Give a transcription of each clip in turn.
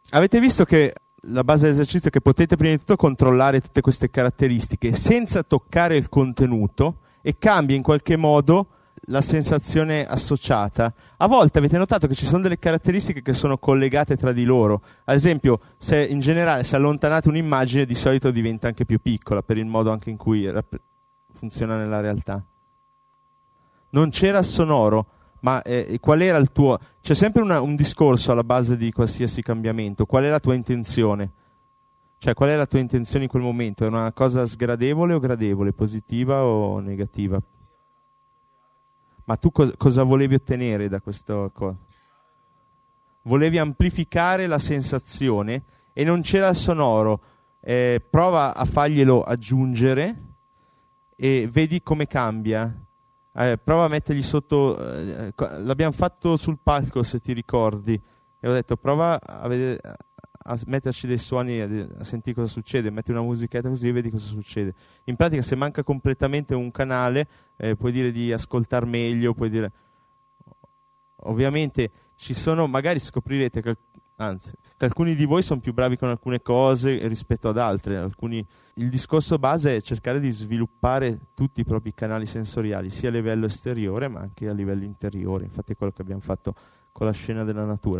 Avete visto che la base dell'esercizio è che potete prima di tutto controllare tutte queste caratteristiche senza toccare il contenuto e cambia in qualche modo la sensazione associata. A volte avete notato che ci sono delle caratteristiche che sono collegate tra di loro. Ad esempio, se in generale se allontanate un'immagine di solito diventa anche più piccola per il modo anche in cui funziona nella realtà. Non c'era il sonoro, ma qual era il tuo... C'è sempre un discorso alla base di qualsiasi cambiamento. Qual è la tua intenzione? Cioè, qual è la tua intenzione in quel momento? È una cosa sgradevole o gradevole? Positiva o negativa? Ma tu cosa volevi ottenere da questo? Volevi amplificare la sensazione e non c'era il sonoro. Prova a farglielo aggiungere e vedi come cambia. Prova a mettergli sotto, l'abbiamo fatto sul palco se ti ricordi, e ho detto prova a metterci dei suoni, a sentire cosa succede, metti una musichetta così e vedi cosa succede. In pratica se manca completamente un canale puoi dire di ascoltar meglio, puoi dire, ovviamente ci sono, magari scoprirete che alcuni di voi sono più bravi con alcune cose rispetto ad altre. Il discorso base è cercare di sviluppare tutti i propri canali sensoriali, sia a livello esteriore ma anche a livello interiore. Infatti è quello che abbiamo fatto con la scena della natura.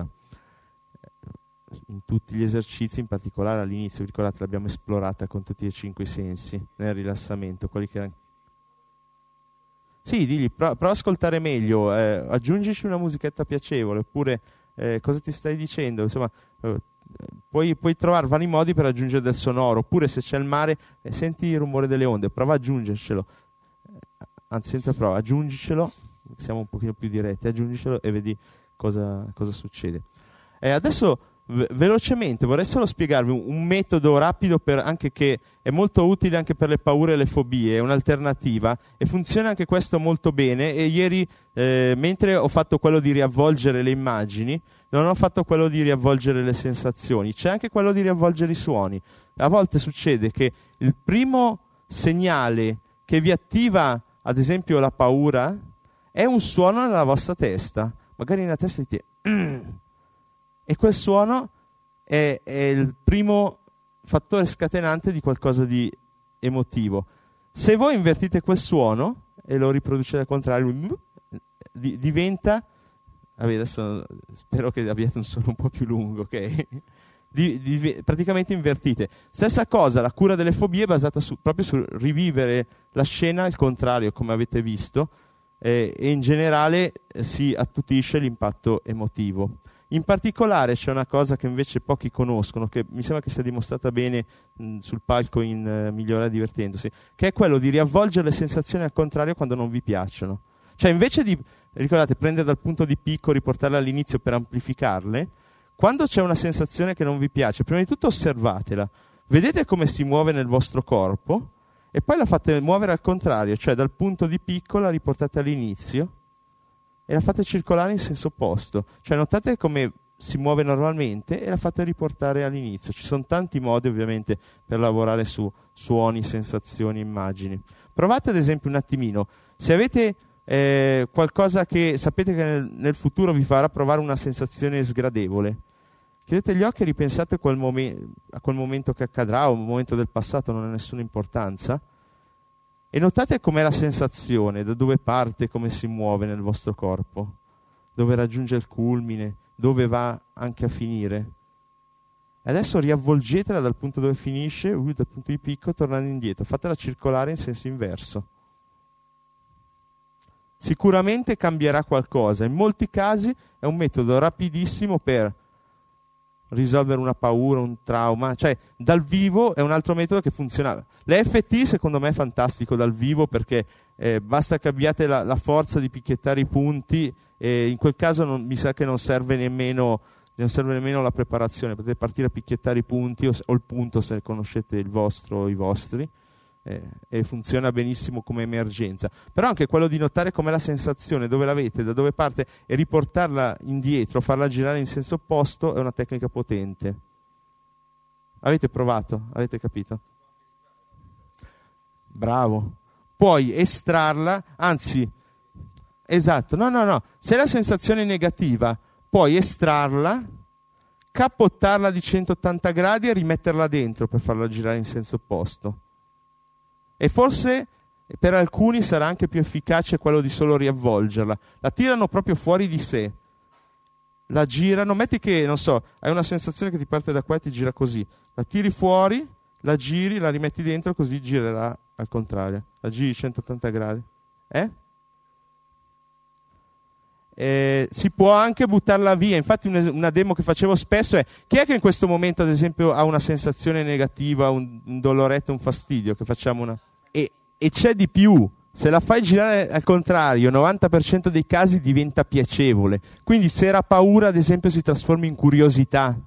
In tutti gli esercizi, in particolare all'inizio, vi ricordate, l'abbiamo esplorata con tutti e 5 i sensi, nel rilassamento. Quelli che erano... Sì, digli, prova ad ascoltare meglio, aggiungici una musichetta piacevole, oppure... cosa ti stai dicendo? Insomma, puoi trovare vari modi per aggiungere del sonoro, oppure se c'è il mare, senti il rumore delle onde, prova ad aggiungercelo, anzi senza prova, aggiungicelo, siamo un pochino più diretti, aggiungicelo e vedi cosa succede. Adesso velocemente vorrei solo spiegarvi un metodo rapido anche che è molto utile anche per le paure e le fobie, è un'alternativa e funziona anche questo molto bene. E ieri mentre ho fatto quello di riavvolgere le immagini, non ho fatto quello di riavvolgere le sensazioni, c'è anche quello di riavvolgere i suoni. A volte succede che il primo segnale che vi attiva ad esempio la paura è un suono nella vostra testa, magari nella testa dite e quel suono è il primo fattore scatenante di qualcosa di emotivo. Se voi invertite quel suono e lo riproducete al contrario, diventa... adesso spero che abbiate un suono un po' più lungo, ok? Praticamente invertite. Stessa cosa, la cura delle fobie è basata proprio sul rivivere la scena al contrario, come avete visto, e in generale si attutisce l'impatto emotivo. In particolare c'è una cosa che invece pochi conoscono, che mi sembra che sia dimostrata bene sul palco in Migliorare divertendosi, che è quello di riavvolgere le sensazioni al contrario quando non vi piacciono. Cioè invece di, ricordate, prendere dal punto di picco, riportarle all'inizio per amplificarle, quando c'è una sensazione che non vi piace, prima di tutto osservatela, vedete come si muove nel vostro corpo e poi la fate muovere al contrario, cioè dal punto di picco la riportate all'inizio e la fate circolare in senso opposto, cioè notate come si muove normalmente e la fate riportare all'inizio. Ci sono tanti modi ovviamente per lavorare su suoni, sensazioni, immagini. Provate ad esempio un attimino, se avete qualcosa che sapete che nel futuro vi farà provare una sensazione sgradevole, chiudete gli occhi e ripensate a quel momento che accadrà o un momento del passato, non ha nessuna importanza, e notate com'è la sensazione, da dove parte, come si muove nel vostro corpo, dove raggiunge il culmine, dove va anche a finire. E adesso riavvolgetela dal punto dove finisce, dal punto di picco, tornando indietro, fatela circolare in senso inverso. Sicuramente cambierà qualcosa. In molti casi è un metodo rapidissimo per risolvere una paura, un trauma. Cioè, dal vivo è un altro metodo che funziona. L'EFT secondo me è fantastico dal vivo perché basta che abbiate la forza di picchiettare i punti e in quel caso mi sa che non serve nemmeno la preparazione. Potete partire a picchiettare i punti o il punto se conoscete il vostro o i vostri. E funziona benissimo come emergenza, però anche quello di notare com'è la sensazione, dove l'avete, da dove parte e riportarla indietro, farla girare in senso opposto è una tecnica potente. Avete provato? Avete capito? Bravo. Puoi estrarla, anzi esatto, no, se la sensazione è negativa puoi estrarla, capottarla di 180 gradi e rimetterla dentro per farla girare in senso opposto. E forse per alcuni sarà anche più efficace quello di solo riavvolgerla. La tirano proprio fuori di sé, la girano, metti che, non so, hai una sensazione che ti parte da qua e ti gira così, la tiri fuori, la giri, la rimetti dentro, così girerà al contrario, la giri 180 gradi. Si può anche buttarla via. Infatti una demo che facevo spesso è: chi è che in questo momento ad esempio ha una sensazione negativa, un doloretto, un fastidio, che facciamo una... e c'è di più, se la fai girare al contrario, 90% dei casi diventa piacevole. Quindi se era paura ad esempio si trasforma in curiosità,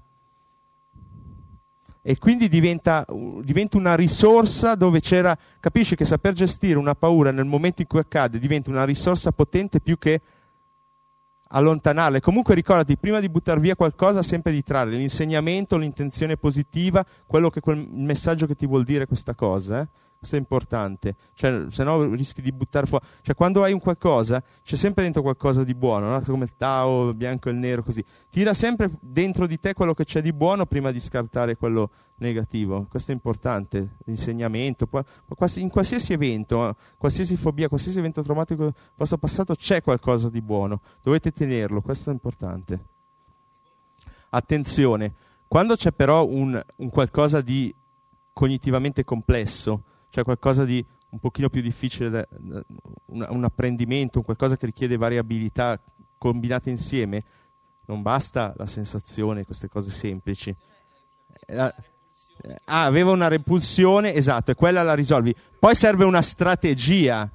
e quindi diventa una risorsa dove c'era, capisci che saper gestire una paura nel momento in cui accade diventa una risorsa potente più che allontanarle. Comunque ricordati, prima di buttare via qualcosa, sempre di trarre l'insegnamento, l'intenzione positiva, il messaggio che ti vuol dire questa cosa. Questo è importante, cioè, se no rischi di buttare fuori. Cioè, quando hai un qualcosa, c'è sempre dentro qualcosa di buono, no? Come il Tao, il bianco e il nero, così. Tira sempre dentro di te quello che c'è di buono prima di scartare quello negativo. Questo è importante, l'insegnamento. In qualsiasi evento, qualsiasi fobia, qualsiasi evento traumatico del vostro passato, c'è qualcosa di buono. Dovete tenerlo, questo è importante. Attenzione, quando c'è però un qualcosa di cognitivamente complesso, cioè qualcosa di un pochino più difficile, un apprendimento, qualcosa che richiede varie abilità combinate insieme, non basta la sensazione, queste cose semplici. Aveva una repulsione, esatto, e quella la risolvi. Poi serve una strategia.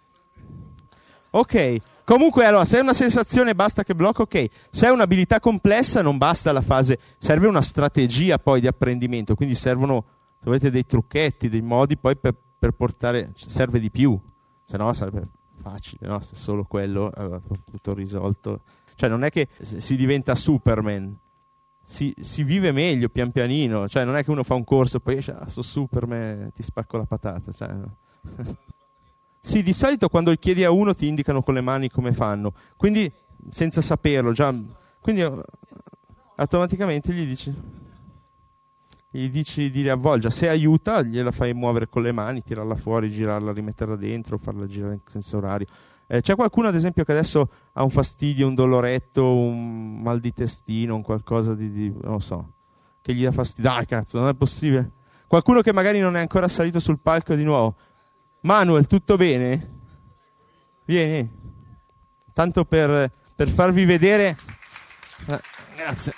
Ok, comunque allora, se è una sensazione basta che blocca, ok. Se è un'abilità complessa non basta la fase, serve una strategia poi di apprendimento, quindi servono, se volete, dei trucchetti, dei modi poi per portare, serve di più, se no sarebbe facile, no? Se solo quello aveva tutto risolto. Cioè non è che si diventa Superman, si vive meglio pian pianino, cioè non è che uno fa un corso e poi esce, sono Superman, ti spacco la patata, cioè, no. Sì, di solito quando chiedi a uno ti indicano con le mani come fanno, quindi senza saperlo già, quindi automaticamente gli dici di riavvolgere. Se aiuta gliela fai muovere con le mani, tirarla fuori, girarla, rimetterla dentro, farla girare in senso orario. C'è qualcuno ad esempio che adesso ha un fastidio, un doloretto, un mal di testino, un qualcosa di non lo so, che gli dà fastidio? Dai cazzo, non è possibile. Qualcuno che magari non è ancora salito sul palco di nuovo. Manuel, tutto bene? Vieni. Tanto per farvi vedere... grazie.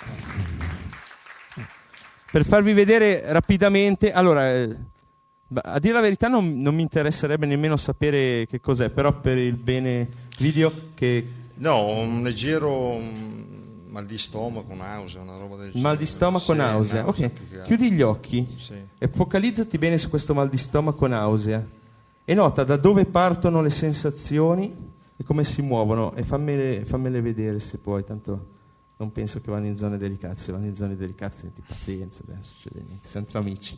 Per farvi vedere rapidamente, allora, a dire la verità non mi interesserebbe nemmeno sapere che cos'è, però per il bene video che... No, un leggero mal di stomaco, nausea, una roba del genere. Mal di stomaco, sì, nausea. Ok, chiudi gli occhi, sì, e focalizzati bene su questo mal di stomaco, nausea, e nota da dove partono le sensazioni e come si muovono, e fammele vedere se puoi, tanto... Non penso che vanno in zone delicate. Se vanno in zone delicate senti pazienza, non succede niente, siamo tra amici.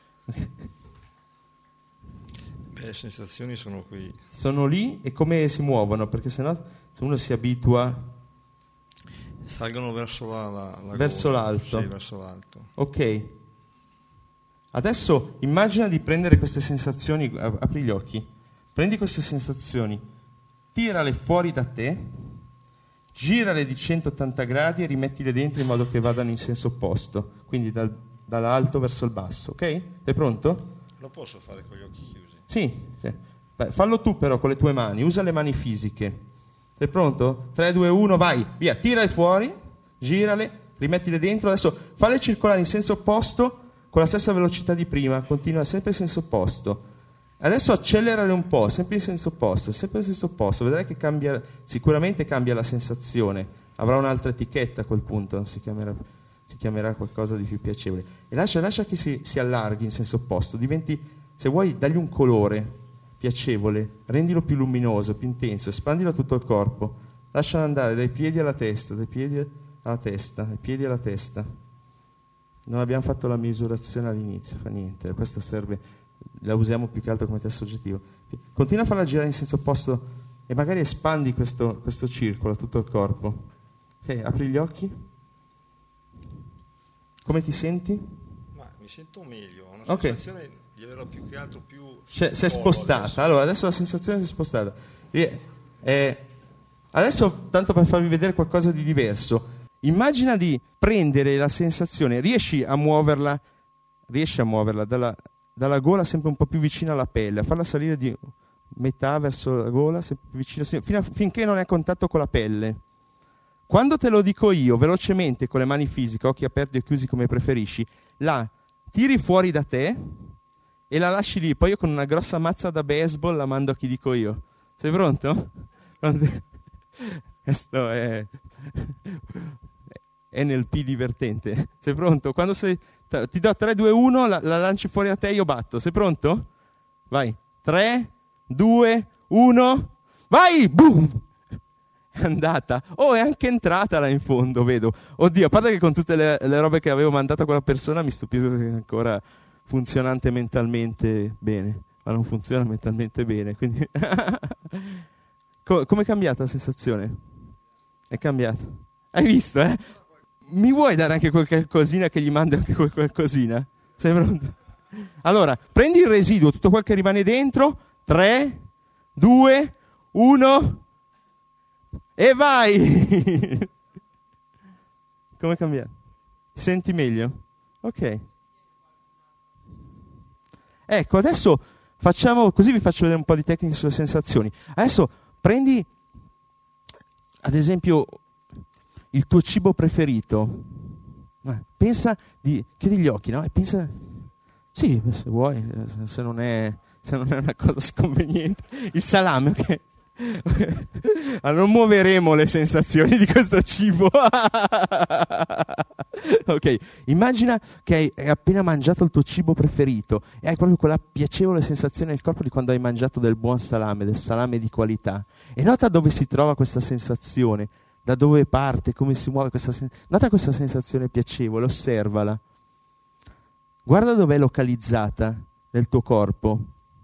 Le sensazioni sono qui. Sono lì, e come si muovono? Perché sennò se uno si abitua... Salgono verso verso l'alto. Sì, verso l'alto. Ok. Adesso immagina di prendere queste sensazioni, apri gli occhi, prendi queste sensazioni, tirale fuori da te, girale di 180 gradi e rimettile dentro in modo che vadano in senso opposto, quindi dall'alto verso il basso, ok? Sei pronto? Lo posso fare con gli occhi chiusi? Sì. Beh, fallo tu però con le tue mani, usa le mani fisiche. Sei pronto? 3, 2, 1, vai, via, tirale fuori, girale, rimettile dentro, adesso falle circolare in senso opposto con la stessa velocità di prima, continua sempre in senso opposto. Adesso accelerare un po', sempre in senso opposto, vedrai che sicuramente cambia la sensazione, avrà un'altra etichetta a quel punto, si chiamerà qualcosa di più piacevole. E lascia che si allarghi in senso opposto, diventi, se vuoi, dagli un colore piacevole, rendilo più luminoso, più intenso, espandilo a tutto il corpo, lascialo andare dai piedi alla testa, dai piedi alla testa. Non abbiamo fatto la misurazione all'inizio, fa niente, questa serve... La usiamo più che altro come test soggettivo. Continua a farla girare in senso opposto e magari espandi questo circolo a tutto il corpo. Ok, apri gli occhi. Come ti senti? Ma mi sento meglio, ho una Ok. sensazione di averla più che altro più Cioè, si è sul collo spostata. adesso. Allora, adesso la sensazione si è spostata. Adesso, tanto per farvi vedere qualcosa di diverso, immagina di prendere la sensazione, riesci a muoverla dalla gola sempre un po' più vicina alla pelle, a farla salire di metà verso la gola, sempre più vicino, finché non è a contatto con la pelle. Quando te lo dico io, velocemente, con le mani fisiche, occhi aperti o chiusi come preferisci, la tiri fuori da te e la lasci lì. Poi io con una grossa mazza da baseball la mando a chi dico io. Sei pronto? Questo è NLP divertente. Sei pronto? Quando ti do 3, 2, 1, la lanci fuori da te e io batto. Sei pronto? Vai. 3, 2, 1, vai! Boom! È andata. Oh, è anche entrata là in fondo, vedo. Oddio, a parte che con tutte le robe che avevo mandato a quella persona mi stupisco se è ancora funzionante mentalmente bene. Ma non funziona mentalmente bene, quindi... Come è cambiata la sensazione? È cambiata. Hai visto, eh? Mi vuoi dare anche qualche cosina che gli mandi anche qualcosina? Sei pronto? Allora, prendi il residuo, tutto quel che rimane dentro. 3, 2, 1... E vai! Come è cambiato? Ti senti meglio? Ok. Ecco, adesso facciamo, così vi faccio vedere un po' di tecniche sulle sensazioni. Adesso prendi, ad esempio, il tuo cibo preferito. Pensa chiudi gli occhi, no? E pensa, sì, se vuoi, se non è una cosa sconveniente. Il salame, ok? Non muoveremo le sensazioni di questo cibo. Ok, immagina che hai appena mangiato il tuo cibo preferito e hai proprio quella piacevole sensazione nel corpo di quando hai mangiato del buon salame, del salame di qualità. E nota dove si trova questa sensazione, da dove parte, come si muove nota questa sensazione piacevole, osservala. Guarda dove è localizzata nel tuo corpo,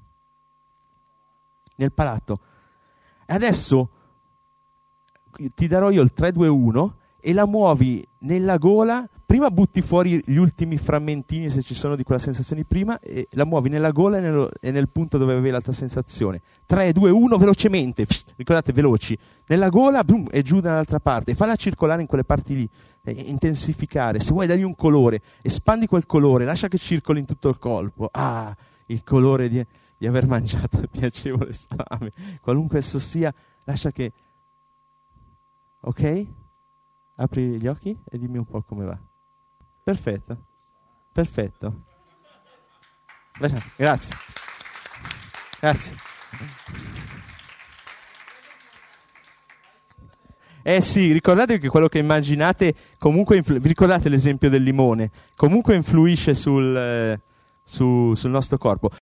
nel palato. Adesso ti darò io il 3, 2, 1 e la muovi nella gola. Prima butti fuori gli ultimi frammentini, se ci sono, di quella sensazione di prima, e la muovi nella gola e nel punto dove avevi l'altra sensazione. 3, 2, 1, velocemente. Ricordate, veloci. Nella gola, boom, e giù dall'altra parte. E falla circolare in quelle parti lì. Intensificare. Se vuoi dargli un colore, espandi quel colore, lascia che circoli in tutto il corpo. Ah, il colore di aver mangiato il piacevole salame, qualunque esso sia, lascia che... Ok? Apri gli occhi e dimmi un po' come va. Perfetto. Perfetto. Grazie. Grazie. Sì, ricordatevi che quello che immaginate comunque vi ricordate l'esempio del limone? Comunque influisce sul nostro corpo.